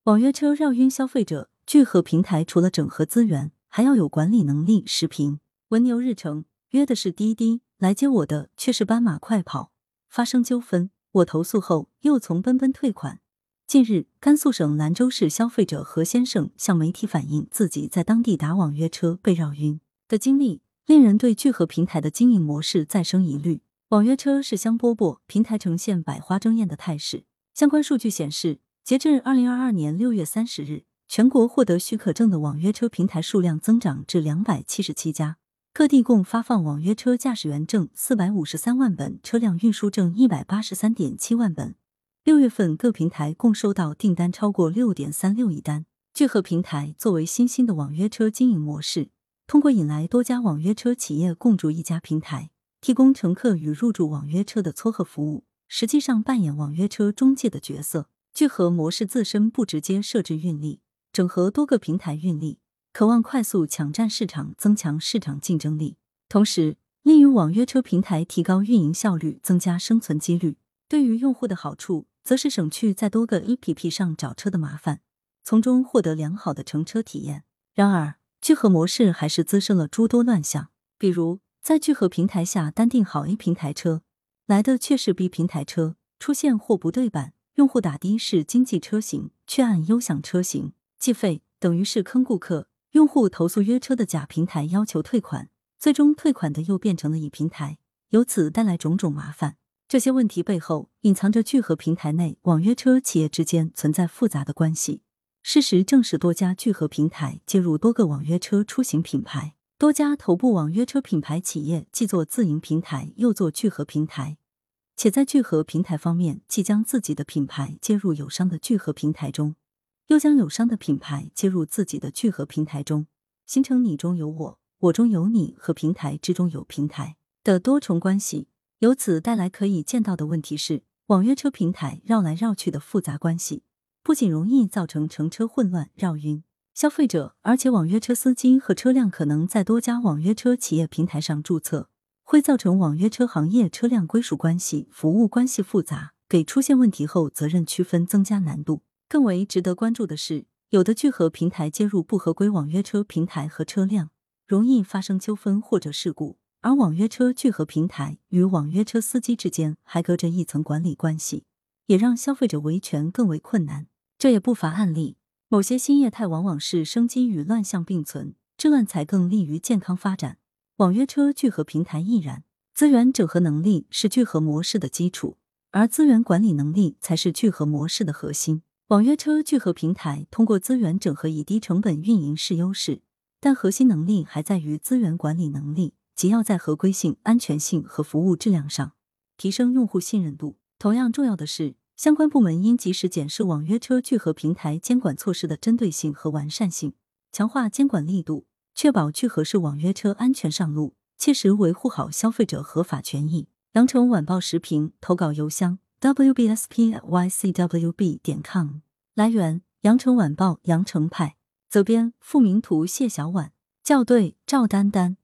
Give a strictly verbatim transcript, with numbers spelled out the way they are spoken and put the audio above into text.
网约车绕晕消费者，聚合平台除了整合资源，还要有管理能力。时评：文牛日程，约的是滴滴，来接我的却是斑马快跑。发生纠纷，我投诉后又从奔奔退款。近日，甘肃省兰州市消费者何先生向媒体反映自己在当地打网约车被绕晕的经历，令人对聚合平台的经营模式再生疑虑。网约车是香饽饽，平台呈现百花争艳的态势。相关数据显示，截至二零二二年六月三十日，全国获得许可证的网约车平台数量增长至两百七十七家，各地共发放网约车驾驶员证四百五十三万本，车辆运输证一百八十三点七万本。六月份各平台共收到订单超过 六点三六亿单。聚合平台作为新兴的网约车经营模式，通过引来多家网约车企业共筑一家平台，提供乘客与入驻网约车的撮合服务，实际上扮演网约车中介的角色。聚合模式自身不直接设置运力，整合多个平台运力，渴望快速抢占市场，增强市场竞争力，同时利于网约车平台提高运营效率，增加生存几率。对于用户的好处，则是省去在多个 A P P 上找车的麻烦，从中获得良好的乘车体验。然而，聚合模式还是滋生了诸多乱象，比如在聚合平台下单订好 A 平台车，来的却是 B 平台车，出现货不对版，用户打的是经济车型，却按优享车型计费，等于是坑顾客。用户投诉约车的甲平台要求退款，最终退款的又变成了乙平台，由此带来种种麻烦。这些问题背后隐藏着聚合平台内网约车企业之间存在复杂的关系。事实正是多家聚合平台接入多个网约车出行品牌，多家头部网约车品牌企业既做自营平台又做聚合平台，且在聚合平台方面既将自己的品牌接入友商的聚合平台中，又将友商的品牌接入自己的聚合平台中，形成你中有我，我中有你和平台之中有平台的多重关系。由此带来可以见到的问题是，网约车平台绕来绕去的复杂关系，不仅容易造成乘车混乱绕晕消费者，而且网约车司机和车辆可能在多家网约车企业平台上注册，会造成网约车行业车辆归属关系、服务关系复杂，给出现问题后责任区分增加难度。更为值得关注的是，有的聚合平台接入不合规网约车平台和车辆，容易发生纠纷或者事故，而网约车聚合平台与网约车司机之间还隔着一层管理关系，也让消费者维权更为困难。这也不乏案例，某些新业态往往是生机与乱象并存，治乱才更利于健康发展。网约车聚合平台亦然，资源整合能力是聚合模式的基础，而资源管理能力才是聚合模式的核心。网约车聚合平台通过资源整合以低成本运营是优势，但核心能力还在于资源管理能力，即要在合规性、安全性和服务质量上提升用户信任度。同样重要的是，相关部门应及时检视网约车聚合平台监管措施的针对性和完善性，强化监管力度，确保聚合式网约车安全上路，切实维护好消费者合法权益。羊城晚报时评投稿邮箱 w b s p at y c w b 点 com。 来源：羊城晚报羊城派，责编：付明图谢小婉，校对：赵丹丹。